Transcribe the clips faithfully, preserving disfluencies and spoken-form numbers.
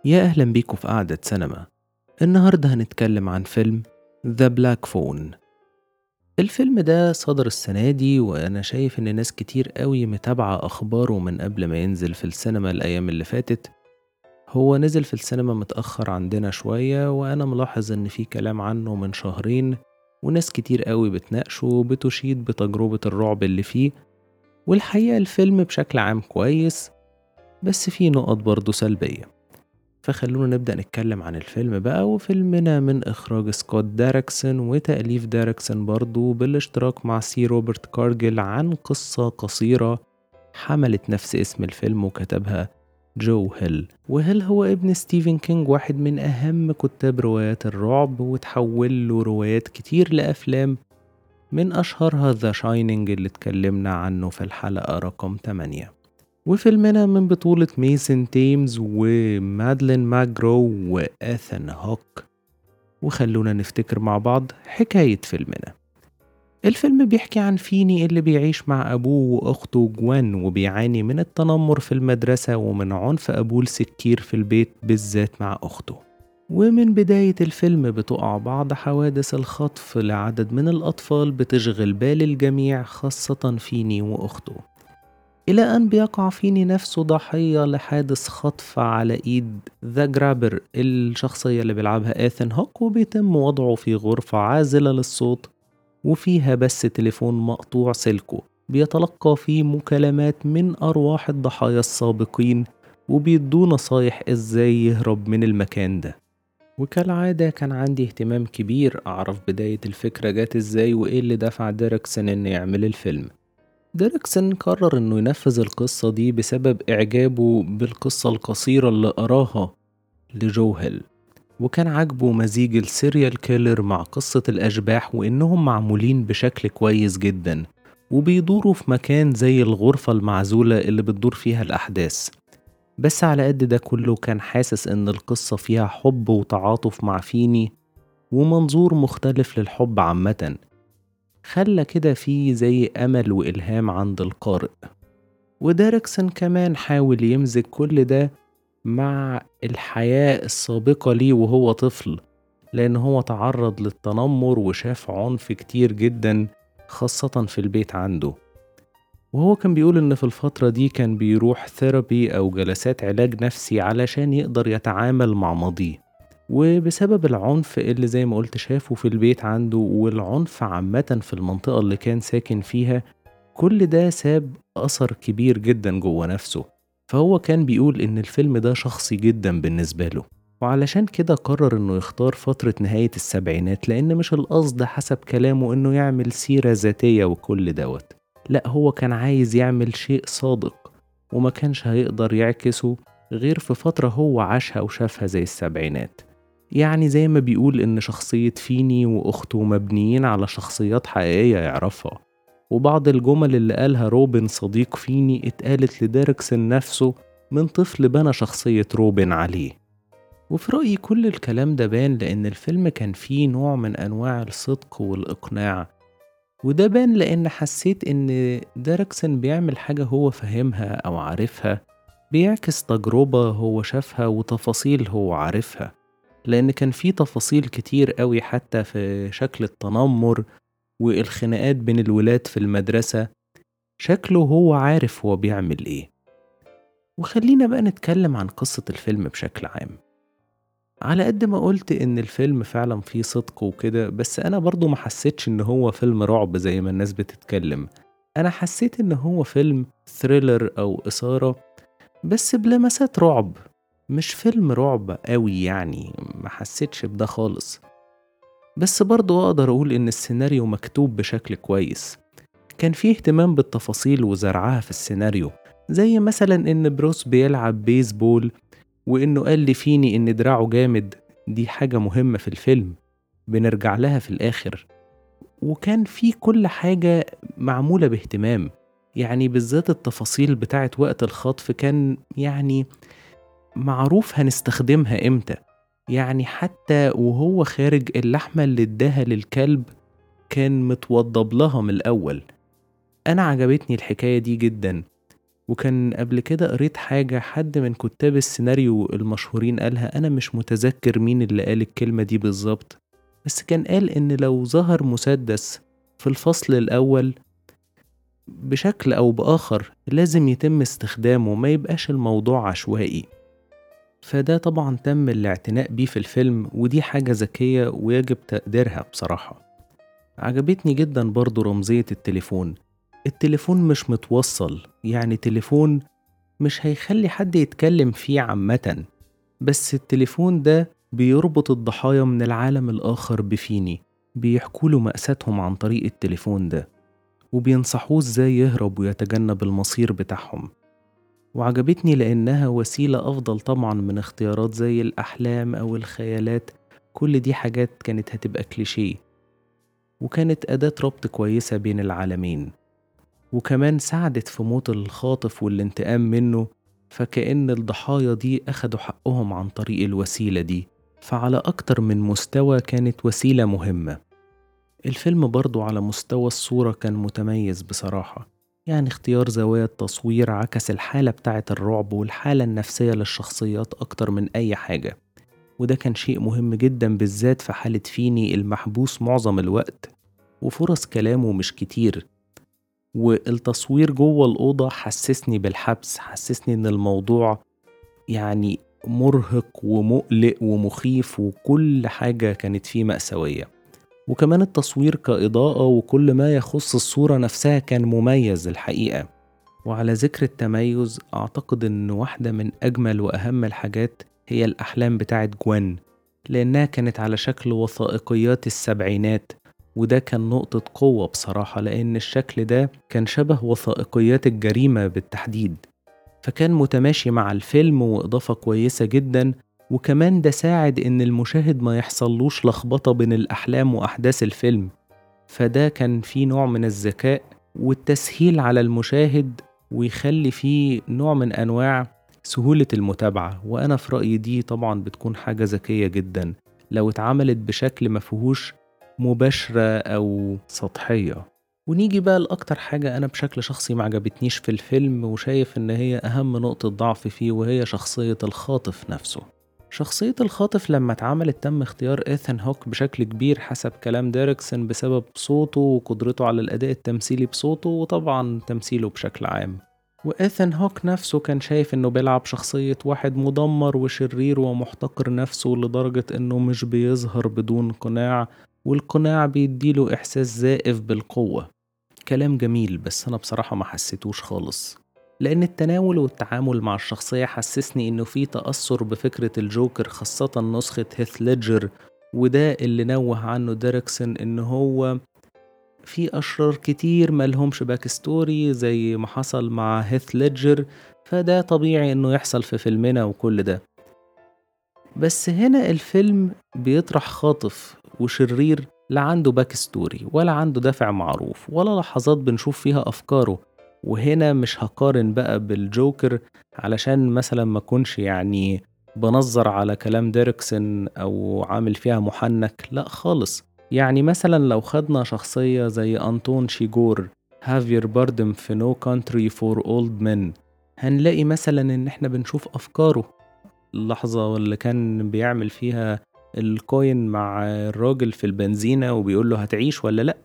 يا أهلا بيكم في قعدة سينما. النهاردة هنتكلم عن فيلم The Black Phone. الفيلم ده صدر السنة دي وأنا شايف إن ناس كتير قوي متابعة أخباره من قبل ما ينزل في السينما الأيام اللي فاتت. هو نزل في السينما متأخر عندنا شوية، وأنا ملاحظ إن في كلام عنه من شهرين، وناس كتير قوي بتناقشه وبتشيد بتجربة الرعب اللي فيه. والحقيقة الفيلم بشكل عام كويس، بس فيه نقط برضه سلبية. فخلونا نبدأ نتكلم عن الفيلم بقى. وفيلمنا من إخراج سكوت ديريكسون وتأليف ديريكسون برضو بالاشتراك مع سي روبرت كارجل، عن قصة قصيرة حملت نفس اسم الفيلم وكتبها جو هيل. وهيل هو ابن ستيفن كينج، واحد من أهم كتاب روايات الرعب، وتحول له روايات كتير لأفلام، من أشهرها ذا شاينينج اللي اتكلمنا عنه في الحلقة رقم ثمانية. وفيلمنا من بطولة ميسن تيمز ومادلين ماجرو وآثن هوك. وخلونا نفتكر مع بعض حكاية فيلمنا. الفيلم بيحكي عن فيني اللي بيعيش مع أبوه وأخته جوان، وبيعاني من التنمر في المدرسة ومن عنف أبوه السكير في البيت بالذات مع أخته. ومن بداية الفيلم بتقع بعض حوادث الخطف لعدد من الأطفال بتشغل بال الجميع، خاصة فيني وأخته، إلى أن بيقع فيني نفسه ضحية لحادث خطف على إيد ذا جرابر، الشخصية اللي بيلعبها آثن هوك، وبيتم وضعه في غرفة عازلة للصوت وفيها بس تليفون مقطوع سلكه بيتلقى فيه مكالمات من أرواح الضحايا السابقين، وبيدوا نصايح إزاي يهرب من المكان ده. وكالعادة كان عندي اهتمام كبير أعرف بداية الفكرة جات إزاي وإيه اللي دفع ديريكسون إنه يعمل الفيلم. ديريكسون قرر إنه ينفذ القصة دي بسبب إعجابه بالقصة القصيرة اللي قراها لجو هيل، وكان عاجبه مزيج السيريال كيلر مع قصة الأشباح، وإنهم معمولين بشكل كويس جدا وبيدوروا في مكان زي الغرفة المعزولة اللي بتدور فيها الأحداث. بس على قد ده كله كان حاسس إن القصة فيها حب وتعاطف مع فيني، ومنظور مختلف للحب عامةً، خلى كده فيه زي أمل وإلهام عند القارئ. وديريكسون كمان حاول يمزج كل ده مع الحياة السابقة ليه وهو طفل، لأن هو تعرض للتنمر وشاف عنف كتير جدا، خاصة في البيت عنده. وهو كان بيقول إن في الفترة دي كان بيروح ثيرابي أو جلسات علاج نفسي علشان يقدر يتعامل مع ماضيه، وبسبب العنف اللي زي ما قلت شافه في البيت عنده والعنف عامة في المنطقة اللي كان ساكن فيها، كل ده ساب أثر كبير جدا جوه نفسه. فهو كان بيقول إن الفيلم ده شخصي جدا بالنسبة له، وعلشان كده قرر إنه يختار فترة نهاية السبعينات، لأن مش القصد حسب كلامه إنه يعمل سيرة ذاتية وكل دوت. لأ، هو كان عايز يعمل شيء صادق، وما كانش هيقدر يعكسه غير في فترة هو عاشها وشافها زي السبعينات. يعني زي ما بيقول إن شخصية فيني وأخته مبنيين على شخصيات حقيقية يعرفها، وبعض الجمل اللي قالها روبن صديق فيني اتقالت لديريكسون نفسه من طفل بنى شخصية روبن عليه. وفي رأيي كل الكلام ده بان لأن الفيلم كان فيه نوع من أنواع الصدق والإقناع، وده بان لأن حسيت إن ديريكسون بيعمل حاجة هو فاهمها أو عارفها، بيعكس تجربة هو شافها وتفاصيل هو عارفها، لأن كان في تفاصيل كتير قوي حتى في شكل التنمر والخناقات بين الولاد في المدرسة، شكله هو عارف هو بيعمل إيه. وخلينا بقى نتكلم عن قصة الفيلم بشكل عام. على قد ما قلت إن الفيلم فعلا فيه صدق وكده، بس أنا برضو ما حسيتش إن هو فيلم رعب زي ما الناس بتتكلم. أنا حسيت إن هو فيلم ثريلر أو إثارة، بس بلمسات رعب، مش فيلم رعب قوي يعني، ما حسيتش بده خالص. بس برضو أقدر أقول إن السيناريو مكتوب بشكل كويس، كان فيه اهتمام بالتفاصيل وزرعها في السيناريو، زي مثلا إن بروس بيلعب بيسبول، وإنه قال لي فيني إن دراعه جامد، دي حاجة مهمة في الفيلم بنرجع لها في الآخر. وكان في كل حاجة معمولة باهتمام، يعني بالذات التفاصيل بتاعت وقت الخطف كان يعني معروف هنستخدمها إمتى. يعني حتى وهو خارج اللحمة اللي اداها للكلب كان متوضب لها من الأول. أنا عجبتني الحكاية دي جدا، وكان قبل كده قريت حاجة حد من كتاب السيناريو المشهورين قالها، أنا مش متذكر مين اللي قال الكلمة دي بالظبط، بس كان قال إن لو ظهر مسدس في الفصل الأول بشكل أو بآخر لازم يتم استخدامه، ما يبقاش الموضوع عشوائي. فده طبعا تم الاعتناء بيه في الفيلم، ودي حاجة ذكية ويجب تقديرها بصراحة. عجبتني جدا برضو رمزية التليفون. التليفون مش متوصل، يعني تليفون مش هيخلي حد يتكلم فيه عامة، بس التليفون ده بيربط الضحايا من العالم الآخر بفيني، بيحكوله مأساتهم عن طريق التليفون ده، وبينصحوه ازاي يهرب ويتجنب المصير بتاعهم. وعجبتني لأنها وسيلة أفضل طبعا من اختيارات زي الأحلام أو الخيالات، كل دي حاجات كانت هتبقى كليشيه، وكانت أداة ربط كويسة بين العالمين، وكمان ساعدت في موت الخاطف والانتقام منه، فكأن الضحايا دي أخدوا حقهم عن طريق الوسيلة دي، فعلى أكتر من مستوى كانت وسيلة مهمة. الفيلم برضو على مستوى الصورة كان متميز بصراحة، يعني اختيار زوايا التصوير عكس الحالة بتاعة الرعب والحالة النفسية للشخصيات أكتر من أي حاجة، وده كان شيء مهم جدا بالذات في حالة فيني المحبوس معظم الوقت وفرص كلامه مش كتير. والتصوير جوه الأوضة حسسني بالحبس، حسسني إن الموضوع يعني مرهق ومقلق ومخيف، وكل حاجة كانت فيه مأساوية. وكمان التصوير كإضاءة وكل ما يخص الصورة نفسها كان مميز الحقيقة. وعلى ذكر التميز، أعتقد إن واحدة من أجمل وأهم الحاجات هي الأحلام بتاعت جوان، لأنها كانت على شكل وثائقيات السبعينات، وده كان نقطة قوة بصراحة، لأن الشكل ده كان شبه وثائقيات الجريمة بالتحديد، فكان متماشي مع الفيلم وإضافة كويسة جدا. وكمان ده ساعد إن المشاهد ما يحصلوش لخبطة بين الأحلام وأحداث الفيلم، فده كان فيه نوع من الذكاء والتسهيل على المشاهد، ويخلي فيه نوع من أنواع سهولة المتابعة. وأنا في رأيي دي طبعا بتكون حاجة ذكية جدا لو اتعملت بشكل مفهوش مباشرة أو سطحية. ونيجي بقى لأكتر حاجة أنا بشكل شخصي معجبتنيش في الفيلم، وشايف إن هي أهم نقطة ضعف فيه، وهي شخصية الخاطف نفسه. شخصية الخاطف لما اتعملت تم اختيار إيثان هوك بشكل كبير حسب كلام ديريكسون، بسبب صوته وقدرته على الأداء التمثيلي بصوته، وطبعا تمثيله بشكل عام. وإيثان هوك نفسه كان شايف إنه بيلعب شخصية واحد مدمر وشرير ومحتقر نفسه لدرجة إنه مش بيظهر بدون قناع، والقناع بيديله إحساس زائف بالقوة. كلام جميل، بس أنا بصراحة ما حسيتوش خالص، لأن التناول والتعامل مع الشخصية حسسني إنه في تأثر بفكرة الجوكر، خاصة نسخة هيث ليدجر، وده اللي نوه عنه ديريكسون، إن هو في أشرار كتير ملهمش باك ستوري زي ما حصل مع هيث ليدجر، فده طبيعي إنه يحصل في فيلمنا وكل ده. بس هنا الفيلم بيطرح خاطف وشرير لا عنده باك ستوري ولا عنده دافع معروف ولا لحظات بنشوف فيها أفكاره. وهنا مش هقارن بقى بالجوكر علشان مثلا ما كنش يعني بنظر على كلام ديريكسون أو عامل فيها محنك، لا خالص. يعني مثلا لو خدنا شخصية زي أنطون شيجور، هافير باردم في نو كانتري فور اولد men، هنلاقي مثلا إن احنا بنشوف أفكاره، اللحظة اللي كان بيعمل فيها الكوين مع الراجل في البنزينة وبيقول له هتعيش ولا لأ.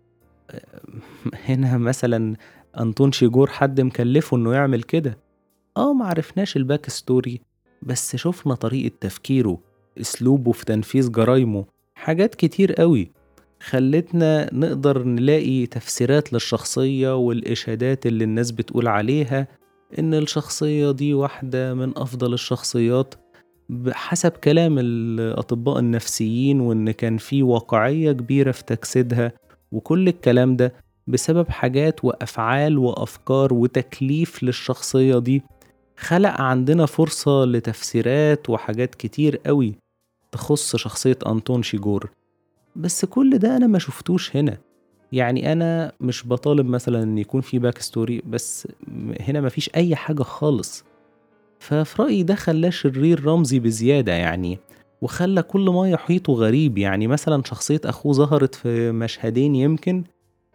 هنا مثلا أنطون شيجور حد مكلفه إنه يعمل كده. آه معرفناش الباك ستوري، بس شفنا طريقة تفكيره، أسلوبه في تنفيذ جرايمه، حاجات كتير قوي خلتنا نقدر نلاقي تفسيرات للشخصية والإشادات اللي الناس بتقول عليها إن الشخصية دي واحدة من أفضل الشخصيات بحسب كلام الأطباء النفسيين، وإن كان في واقعية كبيرة في تجسيدها، وكل الكلام ده بسبب حاجات وأفعال وأفكار وتكليف للشخصية دي خلق عندنا فرصة لتفسيرات وحاجات كتير قوي تخص شخصية أنطون شيجور. بس كل ده أنا ما شفتوش هنا. يعني أنا مش بطالب مثلا أن يكون في باك ستوري، بس هنا ما فيش أي حاجة خالص. ففي رأيي ده خلاه شرير رمزي بزيادة يعني، وخلى كل ما يحيطه غريب. يعني مثلا شخصية أخوه ظهرت في مشهدين يمكن،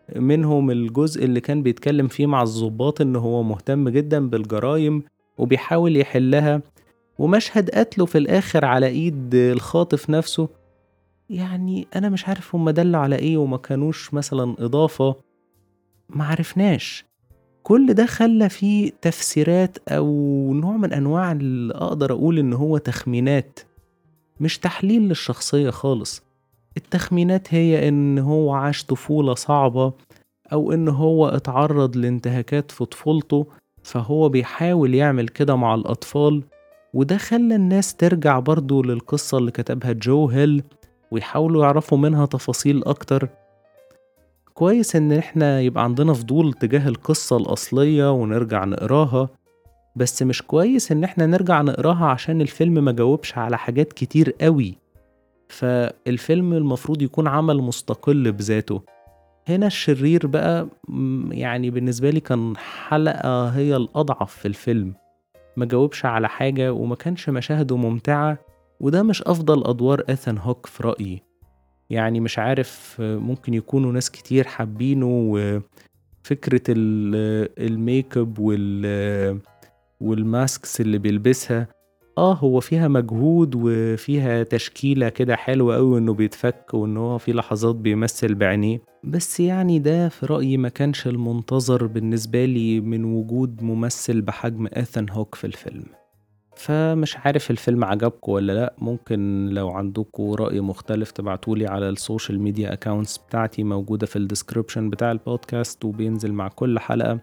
منهم الجزء اللي كان بيتكلم فيه مع الضباط إن هو مهتم جدًا بالجرايم وبيحاول يحلها، ومشهد قتله في الآخر على إيد الخاطف نفسه. يعني أنا مش عارف هُم دلّوا على إيه وما كانوش مثلًا إضافة، ما عرفناش. كل ده خلّى في تفسيرات أو نوع من أنواع ال أقدر أقول إن هو تخمينات، مش تحليل للشخصية خالص. التخمينات هي إن هو عاش طفولة صعبة، أو إن هو اتعرّض لانتهاكات في طفولته، فهو بيحاول يعمل كده مع الأطفال، وده خلّى الناس ترجع برضه للقصة اللي كتبها جو هيل ويحاولوا يعرفوا منها تفاصيل أكتر. كويس إن إحنا يبقى عندنا فضول تجاه القصة الأصلية ونرجع نقراها، بس مش كويس إن إحنا نرجع نقراها عشان الفيلم ما جاوبش على حاجات كتير أوي، فالفيلم المفروض يكون عمل مستقل بذاته. هنا الشرير بقى م يعني بالنسبة لي كان حلقة هي الأضعف في الفيلم، ما جاوبش على حاجة وما كانش مشاهده ممتعة، وده مش أفضل أدوار إيثان هوك في رأيي. يعني مش عارف ممكن يكونوا ناس كتير حابينه وفكرة ال الmakeup وال والmasks اللي بيلبسها، آه هو فيها مجهود وفيها تشكيلة كده حلوة أوي إنه بيتفك وإن هو في لحظات بيمثل بعينيه، بس يعني ده في رأيي ما كانش المنتظر بالنسبة لي من وجود ممثل بحجم إيثان هوك في الفيلم. فمش عارف الفيلم عجبكم والّا لأ، ممكن لو عندكم رأي مختلف تبعتوا لي على السوشيال ميديا accounts بتاعتي موجودة في الdescription بتاع البودكاست وبينزل مع كل حلقة،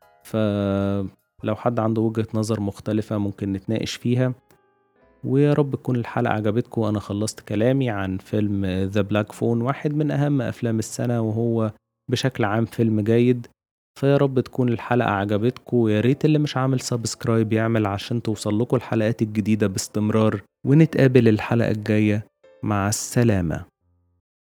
فلو حد عنده وجهة نظر مختلفة ممكن نتناقش فيها. ويا رب تكون الحلقة عجبتكم. أنا خلصت كلامي عن فيلم The Black Phone، واحد من أهم أفلام السنة وهو بشكل عام فيلم جيد. فيا رب تكون الحلقة عجبتكم، ويا ريت اللي مش عامل سبسكرايب يعمل عشان توصل لكم الحلقات الجديدة باستمرار، ونتقابل الحلقة الجاية. مع السلامة.